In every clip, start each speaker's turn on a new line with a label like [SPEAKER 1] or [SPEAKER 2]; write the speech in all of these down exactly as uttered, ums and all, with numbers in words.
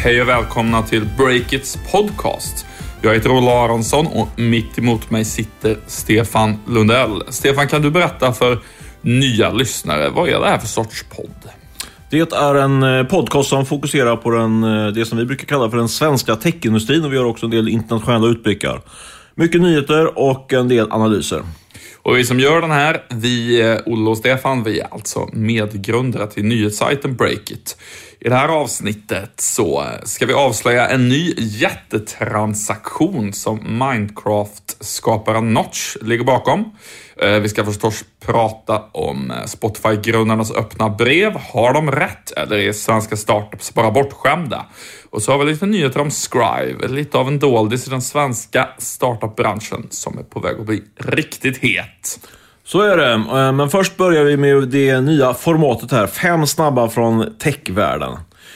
[SPEAKER 1] Hej och välkomna till Breakits podcast. Jag heter Ola Aronsson och mitt emot mig sitter Stefan Lundell. Stefan, kan du berätta för nya lyssnare, vad är det här för sorts podd?
[SPEAKER 2] Det är en podcast som fokuserar på den, det som vi brukar kalla för den svenska techindustrin, och vi har också en del internationella utblickar. Mycket nyheter och en del analyser.
[SPEAKER 1] Och vi som gör den här, vi, Olle och Stefan, vi är alltså medgrundare till nyhetssajten Breakit. I det här avsnittet så ska vi avslöja en ny jättetransaktion som Minecraft-skaparen Notch ligger bakom. Vi ska förstås prata om Spotify-grundarnas öppna brev. Har de rätt eller är svenska startups bara bortskämda? Och så har vi lite nyheter om Scrive, lite av en doldis i den svenska startup-branschen som är på väg att bli riktigt het.
[SPEAKER 2] Så är det, men först börjar vi med det nya formatet här. Fem snabba från techvärlden.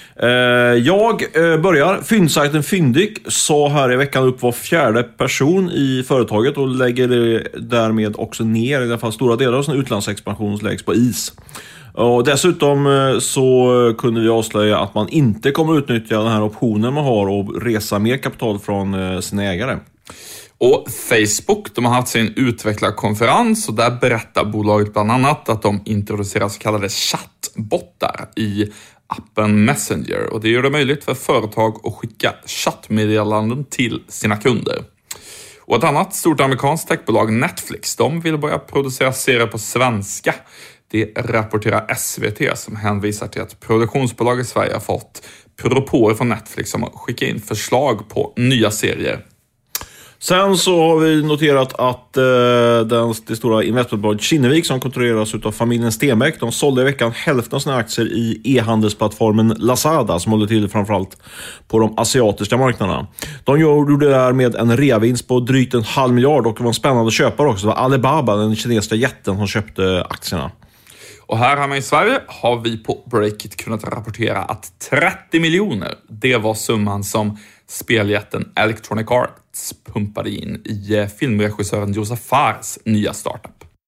[SPEAKER 2] Jag börjar. Fyndsajten Fyndik sa här i veckan upp var fjärde person i företaget och lägger därmed också ner i alla fall stora delar av sin utlandsexpansion läggs på is. Och dessutom så kunde vi avslöja att man inte kommer utnyttja den här optionen man har och resa mer kapital från sina ägare.
[SPEAKER 1] Och Facebook, de har haft sin utvecklarkonferens och där berättar bolaget bland annat att de introducerar så kallade chattbottar i appen Messenger. Och det gör det möjligt för företag att skicka chattmeddelanden till sina kunder. Och ett annat stort amerikanskt techbolag, Netflix, de vill börja producera serier på svenska. Det rapporterar S V T som hänvisar till att produktionsbolag i Sverige har fått propåer från Netflix om att skicka in förslag på nya serier.
[SPEAKER 2] Sen så har vi noterat att eh, den, det stora investmentbolaget Kinnevik som kontrolleras av familjen Stenbeck, de sålde i veckan hälften av sina aktier i e-handelsplattformen Lazada som håller till framförallt på de asiatiska marknaderna. De gjorde det där med en reavinst på drygt en halv miljard och det var en spännande köpare också. Det var Alibaba, den kinesiska jätten, som köpte aktierna.
[SPEAKER 1] Och här hemma i Sverige har vi på Breakit kunnat rapportera att trettio miljoner, det var summan som speljätten Electronic Arts pumpade in i filmregissören Josef Fares nya startup.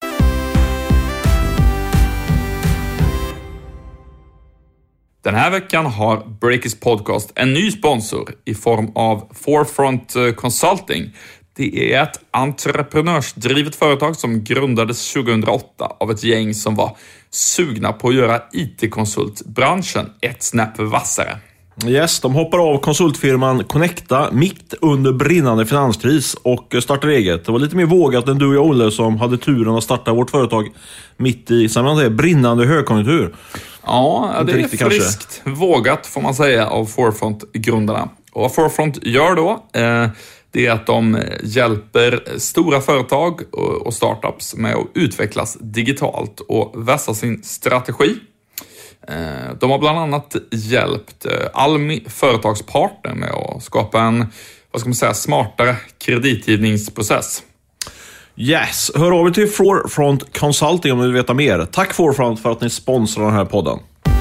[SPEAKER 1] Den här veckan har Breakits podcast en ny sponsor i form av Forefront Consulting. Det är ett entreprenörsdrivet företag som grundades tjugohundraåtta av ett gäng som var sugna på att göra I T-konsultbranschen ett snäpp vassare.
[SPEAKER 2] Yes, de hoppar av konsultfirman Connecta mitt under brinnande finanskris och startar eget. Det var lite mer vågat än du och jag, Olle, som hade turen att starta vårt företag mitt i säger, brinnande högkonjunktur.
[SPEAKER 1] Ja, det är friskt kanske. Vågat får man säga av Forefront-grundarna. Och vad Forefront gör då, eh, det är att de hjälper stora företag och startups med att utvecklas digitalt och vässa sin strategi. De har bland annat hjälpt Almi företagspartner med att skapa en, vad ska man säga, smartare kreditgivningsprocess.
[SPEAKER 2] Yes, hör av er till Forefront Consulting om ni vill veta mer. Tack Forefront för att ni sponsrar den här podden.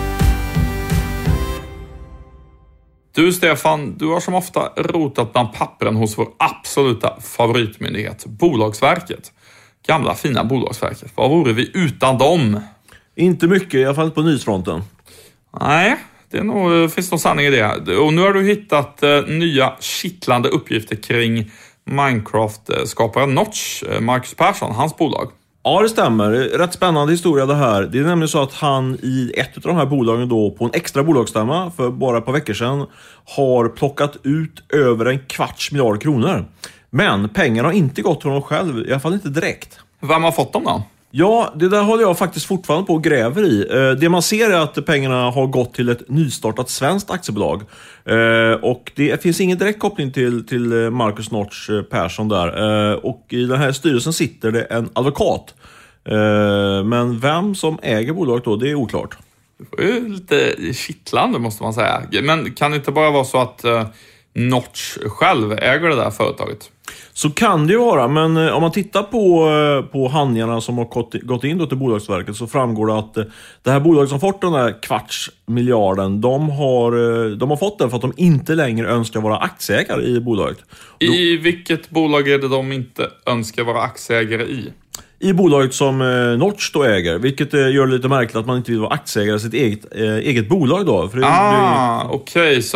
[SPEAKER 1] Du Stefan, du har som ofta rotat bland pappren hos vår absoluta favoritmyndighet, Bolagsverket. Gamla fina Bolagsverket. Vad vore vi utan dem?
[SPEAKER 2] Inte mycket, i alla fall på nyhetsfronten.
[SPEAKER 1] Nej, det är nog, finns nog sanning i det. Och nu har du hittat eh, nya kittlande uppgifter kring Minecraft-skaparen Notch, eh, Marcus Persson, hans bolag.
[SPEAKER 2] Ja, det stämmer. Rätt spännande historia det här. Det är nämligen så att han i ett av de här bolagen då på en extra bolagsstämma för bara ett par veckor sedan har plockat ut över en kvarts miljard kronor. Men pengarna har inte gått till honom själv, i alla fall inte direkt.
[SPEAKER 1] Vem har fått dem då?
[SPEAKER 2] Ja, det där håller jag faktiskt fortfarande på och gräver i. Det man ser är att pengarna har gått till ett nystartat svenskt aktiebolag. Och det finns ingen direkt koppling till, till Marcus Notch Persson där. Och i den här styrelsen sitter det en advokat. Men vem som äger bolaget då, det är oklart.
[SPEAKER 1] Det är ju lite kittlande måste man säga. Men kan det inte bara vara så att Notch själv äger det där företaget?
[SPEAKER 2] Så kan det ju vara, men om man tittar på, på handlingarna som har gått, gått in då till Bolagsverket så framgår det att det här bolaget som fått den där kvarts miljarden, de har, de har fått den för att de inte längre önskar vara aktieägare i bolaget.
[SPEAKER 1] I vilket bolag är det de inte önskar vara aktieägare i?
[SPEAKER 2] I bolaget som eh, Notch då äger, vilket eh, gör det lite märkligt att man inte vill vara aktieägare i sitt eget, eh, eget bolag då. För det,
[SPEAKER 1] ah, det... okej, okay, så att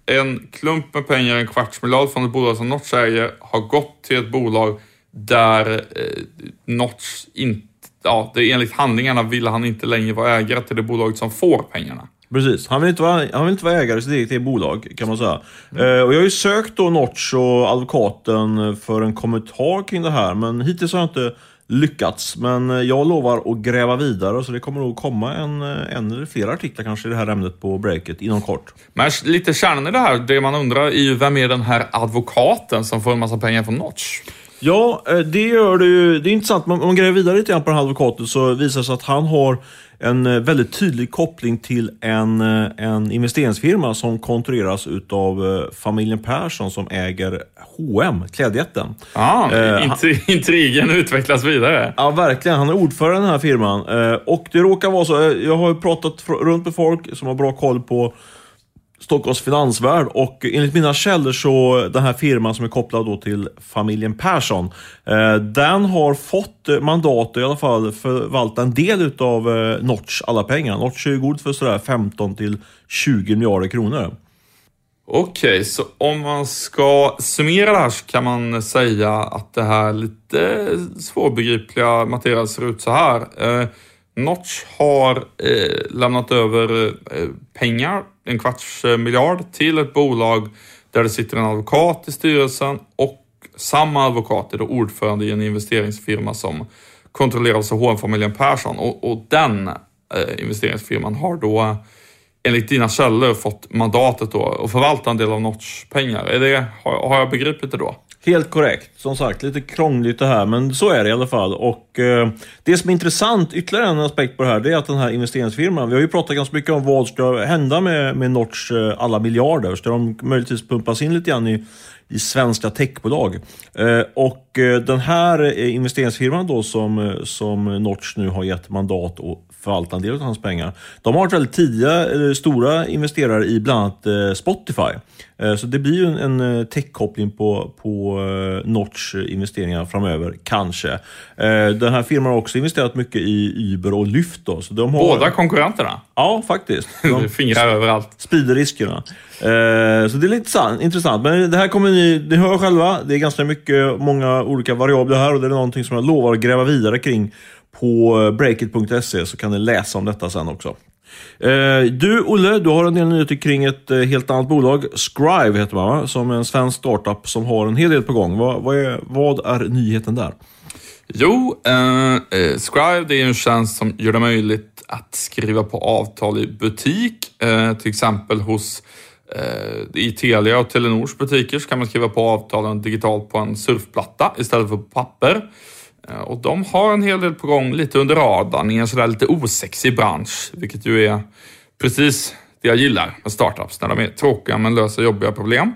[SPEAKER 1] en klump med pengar, en kvarts miljard från ett bolag som Notch äger, har gått till ett bolag där eh, Notch inte, ja, det enligt handlingarna ville han inte längre vara ägare till det bolaget som får pengarna.
[SPEAKER 2] Precis, han vill inte vara, han vill inte vara ägare i sitt eget bolag, kan man säga. Mm. Eh, och jag har ju sökt då Notch och advokaten för en kommentar kring det här, men hittills har jag inte lyckats. Men jag lovar att gräva vidare, så det kommer nog komma en, en eller flera artiklar kanske i det här ämnet på Breakit inom kort.
[SPEAKER 1] Men lite kärnan i det här, det man undrar är ju, vem är den här advokaten som får en massa pengar från Notch?
[SPEAKER 2] Ja, det gör det ju. Det är intressant. Om man gräver vidare lite grann på den här advokaten, så visar det sig att han har en väldigt tydlig koppling till en, en investeringsfirma som kontrolleras utav familjen Persson, som äger H och M, klädjätten.
[SPEAKER 1] Ja, eh, int- intrigen utvecklas vidare.
[SPEAKER 2] Ja, verkligen. Han är ordförande i den här firman. Eh, och det råkar vara så, jag har ju pratat runt med folk som har bra koll på Stockholms finansvärld, och enligt mina källor så den här firman som är kopplad då till familjen Persson, eh, den har fått mandat i alla fall förvalta en del utav eh, Notch alla pengar. Notch är god för sådär femton till tjugo miljarder kronor.
[SPEAKER 1] Okej, okay, så om man ska summera det här så kan man säga att det här lite svårbegripliga material ser ut så här. Eh, Notch har eh, lämnat över eh, pengar, en kvarts miljard, till ett bolag där det sitter en advokat i styrelsen, och samma advokat är då ordförande i en investeringsfirma som kontrolleras av H och M-familjen Persson, och, och den eh, investeringsfirman har då enligt dina källor fått mandatet då att förvalta en del av Notch pengar. Är det, har, har jag begripit det då?
[SPEAKER 2] Helt korrekt. Som sagt, lite krångligt det här, men så är det i alla fall. Och eh, det som är intressant, ytterligare en aspekt på det här, det är att den här investeringsfirman, vi har ju pratat ganska mycket om vad ska hända med, med Notch eh, alla miljarder. Ska de möjligtvis pumpas in lite grann i, i svenska techbolag? Eh, och eh, den här investeringsfirman då som, som Notch nu har gett mandat och förvalta en del av hans pengar, de har varit väldigt tidiga, eller stora investerare i bland annat eh, Spotify. Eh, så det blir ju en, en tech-koppling på, på eh, Notch investeringar framöver, kanske. Eh, den här firman har också investerat mycket i Uber och Lyft då. Så de har...
[SPEAKER 1] Båda konkurrenterna?
[SPEAKER 2] Ja, faktiskt.
[SPEAKER 1] De fingrar överallt.
[SPEAKER 2] Sprider riskerna. Eh, så det är lite sant, intressant. Men det här kommer ni, ni hör själva, det är ganska mycket, många olika variabler här, och det är någonting som jag lovar att gräva vidare kring på breakit punkt se, så kan ni läsa om detta sen också. Eh, du Olle, du har en del nyheter kring ett eh, helt annat bolag. Scrive heter man, va? Som är en svensk startup som har en hel del på gång. Vad, vad, är, vad är nyheten där?
[SPEAKER 1] Jo, eh, eh, Scrive, det är en tjänst som gör det möjligt att skriva på avtal i butik. Eh, till exempel hos eh, i Telia och Telenors butiker så kan man skriva på avtalen digitalt på en surfplatta istället för på papper. Och de har en hel del på gång lite under radarn i en sådär lite osexig bransch, vilket ju är precis det jag gillar med startups, när de är tråkiga men löser jobbiga problem.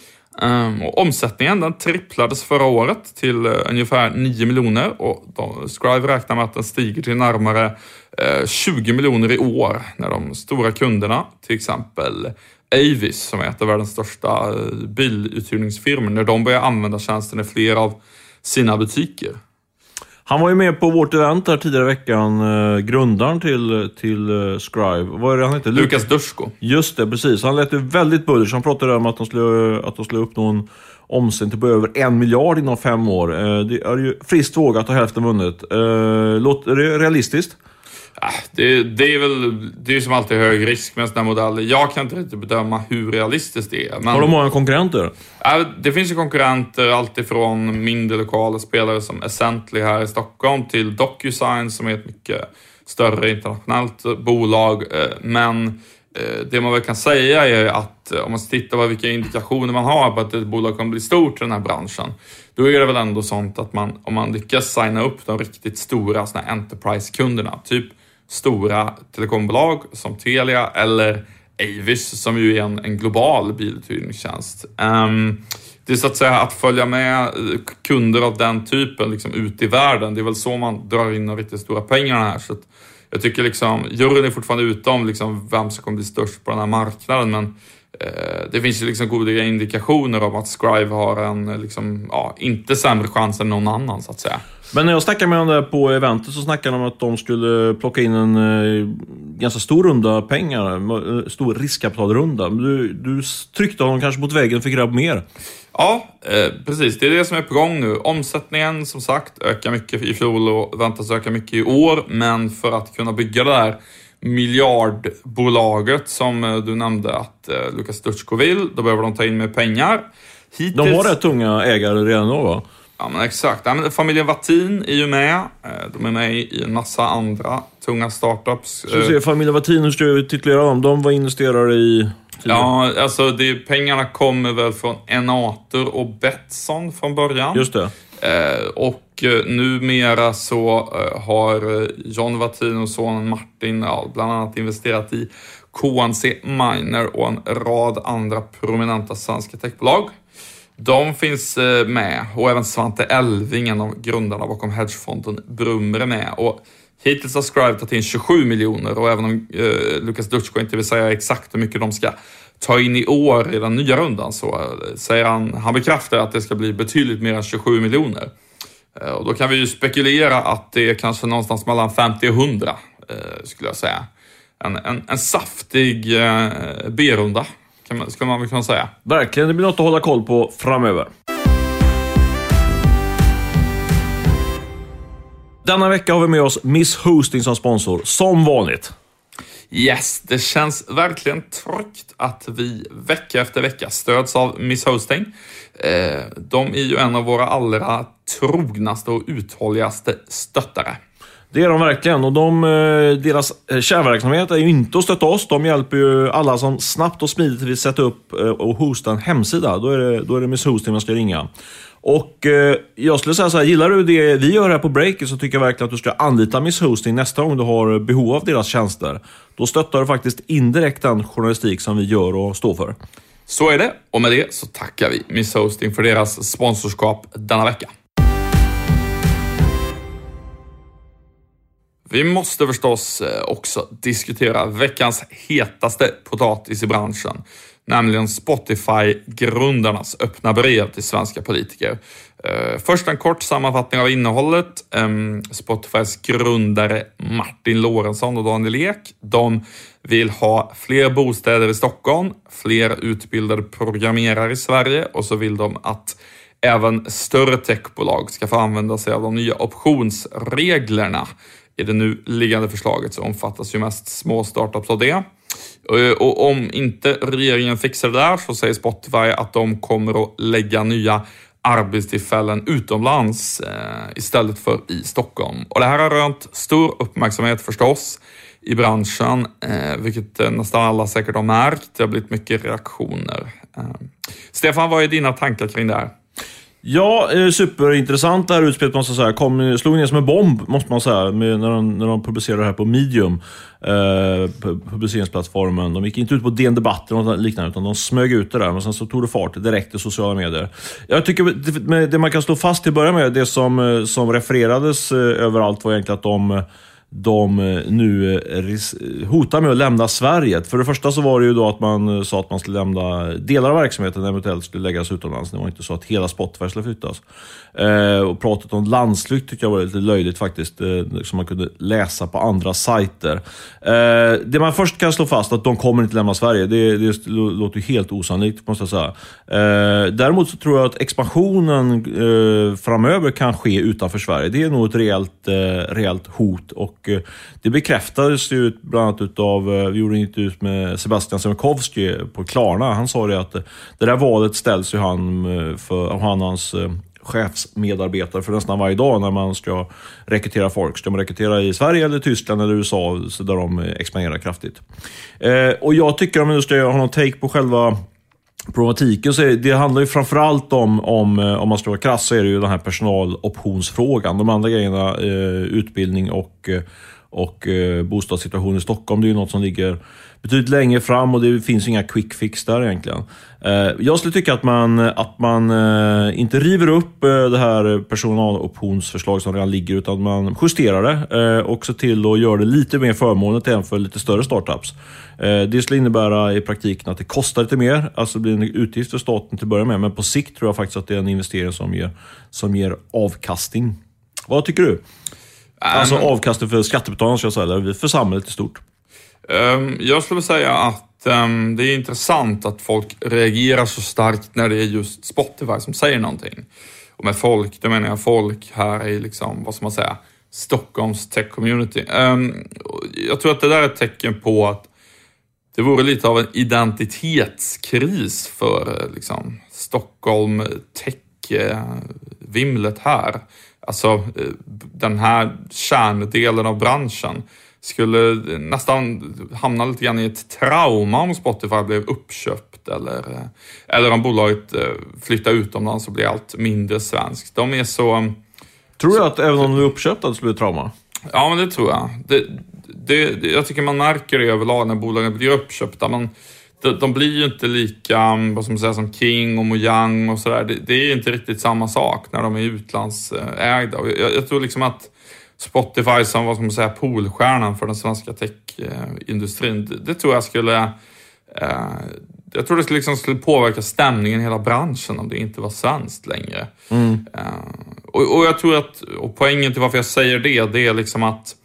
[SPEAKER 1] Um, och omsättningen den tripplades förra året till uh, ungefär nio miljoner, och de, Scrive räknar med att den stiger till närmare uh, tjugo miljoner i år när de stora kunderna, till exempel Avis som är ett av världens största uh, biluthyrningsfirmor, när de börjar använda tjänsten i flera av sina butiker.
[SPEAKER 2] Han var ju med på vårt event här tidigare i veckan, eh, grundaren till, till eh, Scrive. Vad är det han heter?
[SPEAKER 1] Lukas Dusko.
[SPEAKER 2] Just det, precis. Han lät ju väldigt bullish. Han pratade om att de skulle, att de skulle uppnå en omsättning på över en miljard inom fem år. Eh, det är ju friskt vågat och hälften vunnet. Eh, låter det realistiskt?
[SPEAKER 1] Det, det är väl det är som alltid hög risk med sådana modeller. Jag kan inte riktigt bedöma hur realistiskt det är. Men
[SPEAKER 2] har de många konkurrenter?
[SPEAKER 1] Det finns ju konkurrenter alltifrån mindre lokala spelare som Essently här i Stockholm till DocuSign som är ett mycket större internationellt bolag. Men det man väl kan säga är att om man tittar på vilka indikationer man har på att ett bolag kan bli stort i den här branschen, då är det väl ändå sånt att man, om man lyckas signa upp de riktigt stora såna enterprise-kunderna, typ stora telekombolag som Telia eller Avis som ju är en, en global biluthyrningstjänst. Um, det är så att säga att följa med kunder av den typen liksom ut i världen. Det är väl så man drar in de riktigt stora pengarna här. Så att jag tycker liksom, juryn är fortfarande ute om liksom vem som kommer bli störst på den här marknaden, men Det finns ju liksom goda indikationer om att Scrive har en liksom, ja, inte sämre chans än någon annan så att säga.
[SPEAKER 2] Men när jag snackade med dem där på eventet så snackade de om att de skulle plocka in en eh, ganska stor runda pengar, stor riskkapitalrunda. Du, du tryckte honom kanske mot väggen och fick reda på mer.
[SPEAKER 1] Ja, eh, precis. Det är det som är på gång nu. Omsättningen som sagt ökar mycket i fjol och väntas öka mycket i år. Men för att kunna bygga det där miljardbolaget som du nämnde att eh, Lukas Dutschko vill, då behöver de ta in mer pengar.
[SPEAKER 2] Hittills... De har rätt tunga ägare redan då, va?
[SPEAKER 1] Ja, men exakt. Ja, men familjen Wattin är ju med. De är med i en massa andra tunga startups.
[SPEAKER 2] Så se, familjen Wattin, hur ska jag titulera dem? De var investerare i...
[SPEAKER 1] Ja, alltså det, pengarna kommer väl från Enator och Betsson från början.
[SPEAKER 2] Just det.
[SPEAKER 1] Eh, och eh, numera så eh, har John Wattin och sonen Martin ja, bland annat investerat i K N C Miner och en rad andra prominenta svenska techbolag. De finns eh, med och även Svante Elving, en av grundarna bakom hedgefonden Brummer är med. Och hittills har Scrive tagit in tjugosju miljoner och även om eh, Lukas Dutschko inte vill säga exakt hur mycket de ska ta in i år i den nya rundan så eh, säger han, han bekräftar att det ska bli betydligt mer än tjugosju miljoner. Eh, och då kan vi ju spekulera att det är kanske någonstans mellan femtio och hundra eh, skulle jag säga. En, en, en saftig eh, B-runda kan man, skulle man väl kunna säga.
[SPEAKER 2] Verkligen, det blir något att hålla koll på framöver. Denna vecka har vi med oss Miss Hosting som sponsor, som vanligt.
[SPEAKER 1] Yes, det känns verkligen tryggt att vi vecka efter vecka stöds av Miss Hosting. Eh, de är ju en av våra allra trognaste och uthålligaste stöttare.
[SPEAKER 2] Det är de verkligen, och de, deras kärnverksamhet är ju inte att stötta oss. De hjälper ju alla som snabbt och smidigt vill sätta upp och hosta en hemsida. Då är det, då är det Miss Hosting man ska ringa. Och eh, jag skulle säga så här, gillar du det vi gör här på Breakit så tycker jag verkligen att du ska anlita Miss Hosting nästa gång du har behov av deras tjänster. Då stöttar du faktiskt indirekt den journalistik som vi gör och står för.
[SPEAKER 1] Så är det, och med det så tackar vi Miss Hosting för deras sponsorskap denna vecka. Vi måste förstås också diskutera veckans hetaste potatis i branschen. Nämligen Spotify-grundarnas öppna brev till svenska politiker. Först en kort sammanfattning av innehållet. Spotifys grundare Martin Lorentzon och Daniel Ek. De vill ha fler bostäder i Stockholm, fler utbildade programmerare i Sverige och så vill de att även större techbolag ska få använda sig av de nya optionsreglerna. I det nu liggande förslaget så omfattas ju mest små startups av det. Och om inte regeringen fixar det där så säger Spotify att de kommer att lägga nya arbetstillfällen utomlands eh, istället för i Stockholm. Och det här har rönt stor uppmärksamhet förstås i branschen, eh, vilket nästan alla säkert har märkt. Det har blivit mycket reaktioner. Eh. Stefan, vad är dina tankar kring det här?
[SPEAKER 2] Ja, superintressant det här utspelet måste jag säga. Kom, slog ner som en bomb måste man säga med, när, de, när de publicerade det här på Medium, eh, publiceringsplattformen. De gick inte ut på D N Debatt eller något liknande utan de smög ut det där, men sen så tog det fart direkt i sociala medier. Jag tycker det, det man kan slå fast till att börja med, det som, som refererades överallt var egentligen att de de nu hotar med att lämna Sverige. För det första så var det ju då att man sa att man skulle lämna delar av verksamheten eventuellt skulle läggas utomlands. Det var inte så att hela Spotify skulle flyttas. Eh, och pratet om landsflykt tycker jag var lite löjligt faktiskt, eh, som man kunde läsa på andra sajter. Eh, det man först kan slå fast att de kommer inte lämna Sverige, det, det låter ju helt osannolikt måste jag säga. Eh, däremot så tror jag att expansionen eh, framöver kan ske utanför Sverige. Det är nog ett rejält, eh, rejält hot och det bekräftades ju bland annat utav, vi gjorde inte ut med Sebastian Semkowski på Klarna. Han sa det att det där valet ställs ju han för han och hans chefsmedarbetare för nästan varje dag när man ska rekrytera folk. Ska man rekrytera i Sverige eller Tyskland eller U S A så där de expanderar kraftigt. Och jag tycker om jag ska ha någon take på själva problematiken så är, det handlar ju framförallt om, om om man ska vara krass så är det ju den här personaloptionsfrågan. De andra grejerna, eh, utbildning och, och eh, bostadssituationen i Stockholm, det är ju något som ligger betydligt längre fram och det finns inga quick fix där egentligen. Eh, jag skulle tycka att man, att man eh, inte river upp eh, det här personaloptionsförslag som redan ligger, utan man justerar det eh, och ser till att göra det lite mer förmånligt än för lite större startups. Eh, det skulle innebära i praktiken att det kostar lite mer, alltså det blir en utgift för staten till att börja med, men på sikt tror jag faktiskt att det är en investering som ger, som ger avkastning. Vad tycker du? Um, alltså avkastning för skattebetalarna, ska jag säga, eller för samhället i stort.
[SPEAKER 1] Um, jag skulle säga att um, det är intressant att folk reagerar så starkt när det är just Spotify som säger någonting. Och med folk, då menar jag folk här är liksom, vad ska man säga, Stockholms tech-community. Um, jag tror att det där är ett tecken på att det vore lite av en identitetskris för liksom, Stockholm tech-vimlet här. Alltså den här kärndelen av branschen skulle nästan hamna lite grann i ett trauma om Spotify blev uppköpt eller, eller om bolaget flyttar utomlands och blir allt mindre svenskt. De är så...
[SPEAKER 2] Tror du att även om de är uppköpta det skulle bli trauma?
[SPEAKER 1] Ja, men det tror jag. Det, det, det, jag tycker man märker det överlag när bolagen blir uppköpta. Man, de, de blir ju inte lika, vad ska man säga, som King och Mojang och sådär. Det, det är inte riktigt samma sak när de är utlandsägda. Jag, jag tror liksom att Spotify som, vad ska man säga, poolstjärnan för den svenska techindustrin, det, det tror jag skulle eh, jag tror det skulle, liksom skulle påverka stämningen i hela branschen om det inte var svenskt längre. Mm. Eh, och, och jag tror att, och poängen till varför jag säger det, det är liksom att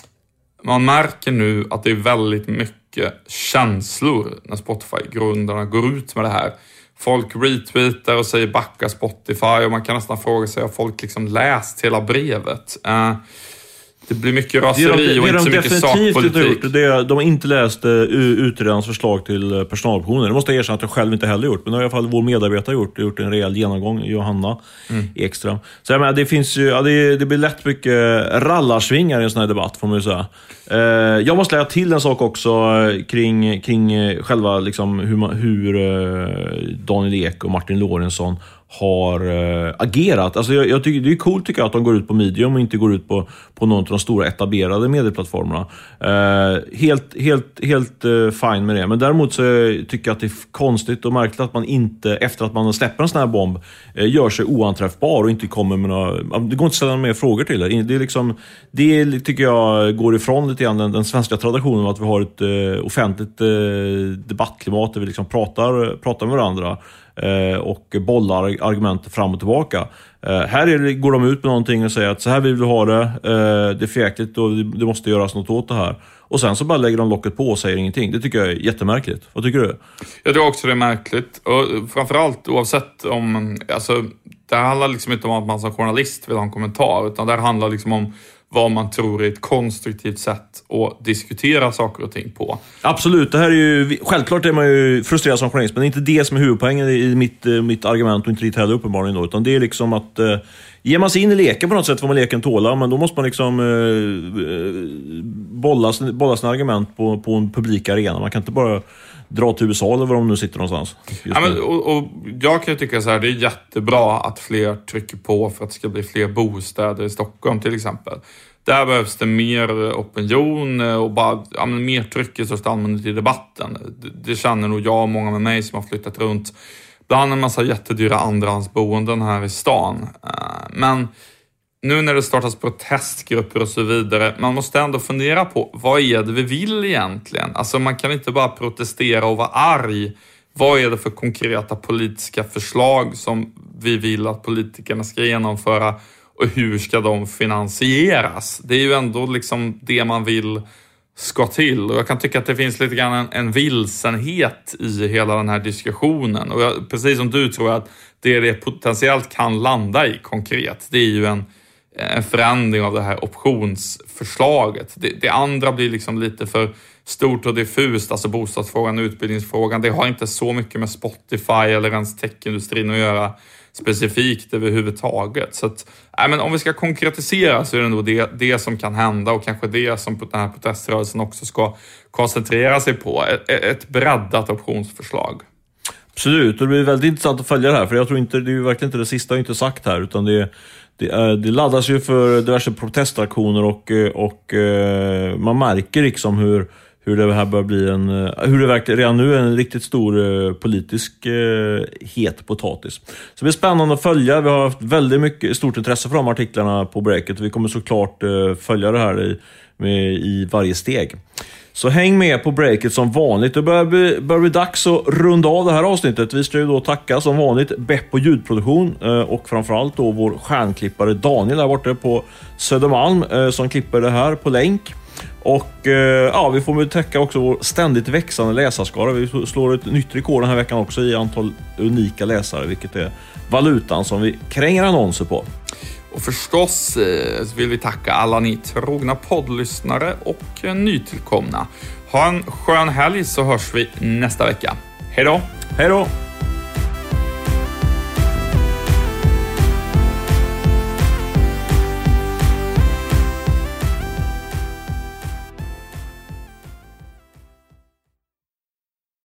[SPEAKER 1] man märker nu att det är väldigt mycket känslor när Spotify-grundarna går ut med det här. Folk retweetar och säger backa Spotify och man kan nästan fråga sig om folk liksom läst hela brevet. Uh, det blir mycket raseri
[SPEAKER 2] det de,
[SPEAKER 1] och
[SPEAKER 2] det
[SPEAKER 1] inte så mycket sakpolitik.
[SPEAKER 2] Det är, de har inte läst uh, utredarens förslag till personaloptioner. Det måste jag erkänna att jag själv inte heller gjort. Men det har i alla fall vår medarbetare gjort. gjort en rejäl genomgång, Johanna mm. Ekström. Så jag menar, det finns ju, ja, det, det blir lätt mycket rallarsvingar i en sån här debatt, får man ju säga. Uh, jag måste lägga till en sak också kring, kring själva liksom, hur, man, hur uh, Daniel Ek och Martin Lorentzon har uh, agerat. Alltså jag, jag tycker det är coolt tycker jag att de går ut på Medium och inte går ut på, på någon av de stora etablerade medieplattformarna. Uh, helt helt, helt uh, fine med det. Men däremot så tycker jag att det är konstigt och märkligt att man inte, efter att man släpper en sån här bomb, uh, gör sig oanträffbar och inte kommer med några... Det går inte att ställa några mer frågor till det. Det, är liksom, det tycker jag går ifrån lite grann den, den svenska traditionen att vi har ett uh, offentligt uh, debattklimat där vi liksom pratar, pratar med varandra och bollar argument fram och tillbaka. Uh, här är det, går de ut med någonting och säger att så här vill vi ha det, uh, det är fäktigt och det, det måste göras något åt det här. Och sen så bara lägger de locket på och säger ingenting. Det tycker jag är jättemärkligt. Vad tycker du?
[SPEAKER 1] Jag tycker också det är märkligt. Och framförallt oavsett om... Alltså, det handlar liksom inte om att man som journalist vill ha en kommentar, utan det handlar liksom om vad man tror är ett konstruktivt sätt att diskutera saker och ting på.
[SPEAKER 2] Absolut, det här är ju... Självklart är man ju frustrerad som journalist, men det är inte det som är huvudpoängen i mitt, mitt argument och inte ditt heller uppenbarligen då, utan det är liksom att... Eh, ger man sig in i leken på något sätt får man leken tåla, men då måste man liksom eh, bolla, bolla sina argument på, på en publik arena. Man kan inte bara dra till U S A eller var de nu sitter någonstans.
[SPEAKER 1] Ja, men, och, och jag kan ju tycka så här, det är jättebra att fler trycker på för att det ska bli fler bostäder i Stockholm till exempel. Där behövs det mer opinion och bara, ja, men mer tryck i största allmänhet i debatten. Det, det känner nog jag och många med mig som har flyttat runt bland en massa jättedyra andrahandsboenden här i stan. Men nu när det startas protestgrupper och så vidare, man måste ändå fundera på vad är det vi vill egentligen? Alltså man kan inte bara protestera och vara arg. Vad är det för konkreta politiska förslag som vi vill att politikerna ska genomföra och hur ska de finansieras? Det är ju ändå liksom det man vill ska till. Och jag kan tycka att det finns lite grann en, en vilsenhet i hela den här diskussionen. Och jag, precis som du tror att det det potentiellt kan landa i konkret, det är ju en, en förändring av det här optionsförslaget. Det, det andra blir liksom lite för stort och diffust, alltså bostadsfrågan och utbildningsfrågan. Det har inte så mycket med Spotify eller ens techindustrin att göra specifikt överhuvudtaget. Så att, nej, men om vi ska konkretisera så är det ändå det, det som kan hända och kanske det som den här proteströrelsen också ska koncentrera sig på. Ett, ett breddat optionsförslag.
[SPEAKER 2] Absolut, och det blir väldigt intressant att följa det här, för jag tror inte, det är ju verkligen inte det sista jag inte sagt här, utan det, det, är, det laddas ju för diverse protestaktioner och, och man märker liksom hur hur det här bör bli en, hur det verkligen redan nu är en riktigt stor eh, politisk eh, het potatis. Så det blir spännande att följa. Vi har haft väldigt mycket stort intresse för de artiklarna på Breakit. Vi kommer såklart eh, följa det här i, med, i varje steg. Så häng med på Breakit som vanligt. Det börjar bli, börjar bli dags att runda av det här avsnittet. Vi ska ju då tacka som vanligt Bepp och ljudproduktion eh, och framförallt då vår stjärnklippare Daniel där borta på Södermalm eh, som klipper det här på länk. Och eh, ja, vi får väl täcka också vår ständigt växande läsarskara. Vi slår ett nytt rekord den här veckan också i antal unika läsare, vilket är valutan som vi kränger annonser på.
[SPEAKER 1] Och förstås eh, vill vi tacka alla ni trogna poddlyssnare och eh, nytillkomna. Ha en skön helg så hörs vi nästa vecka. Hej då!
[SPEAKER 2] Hej då!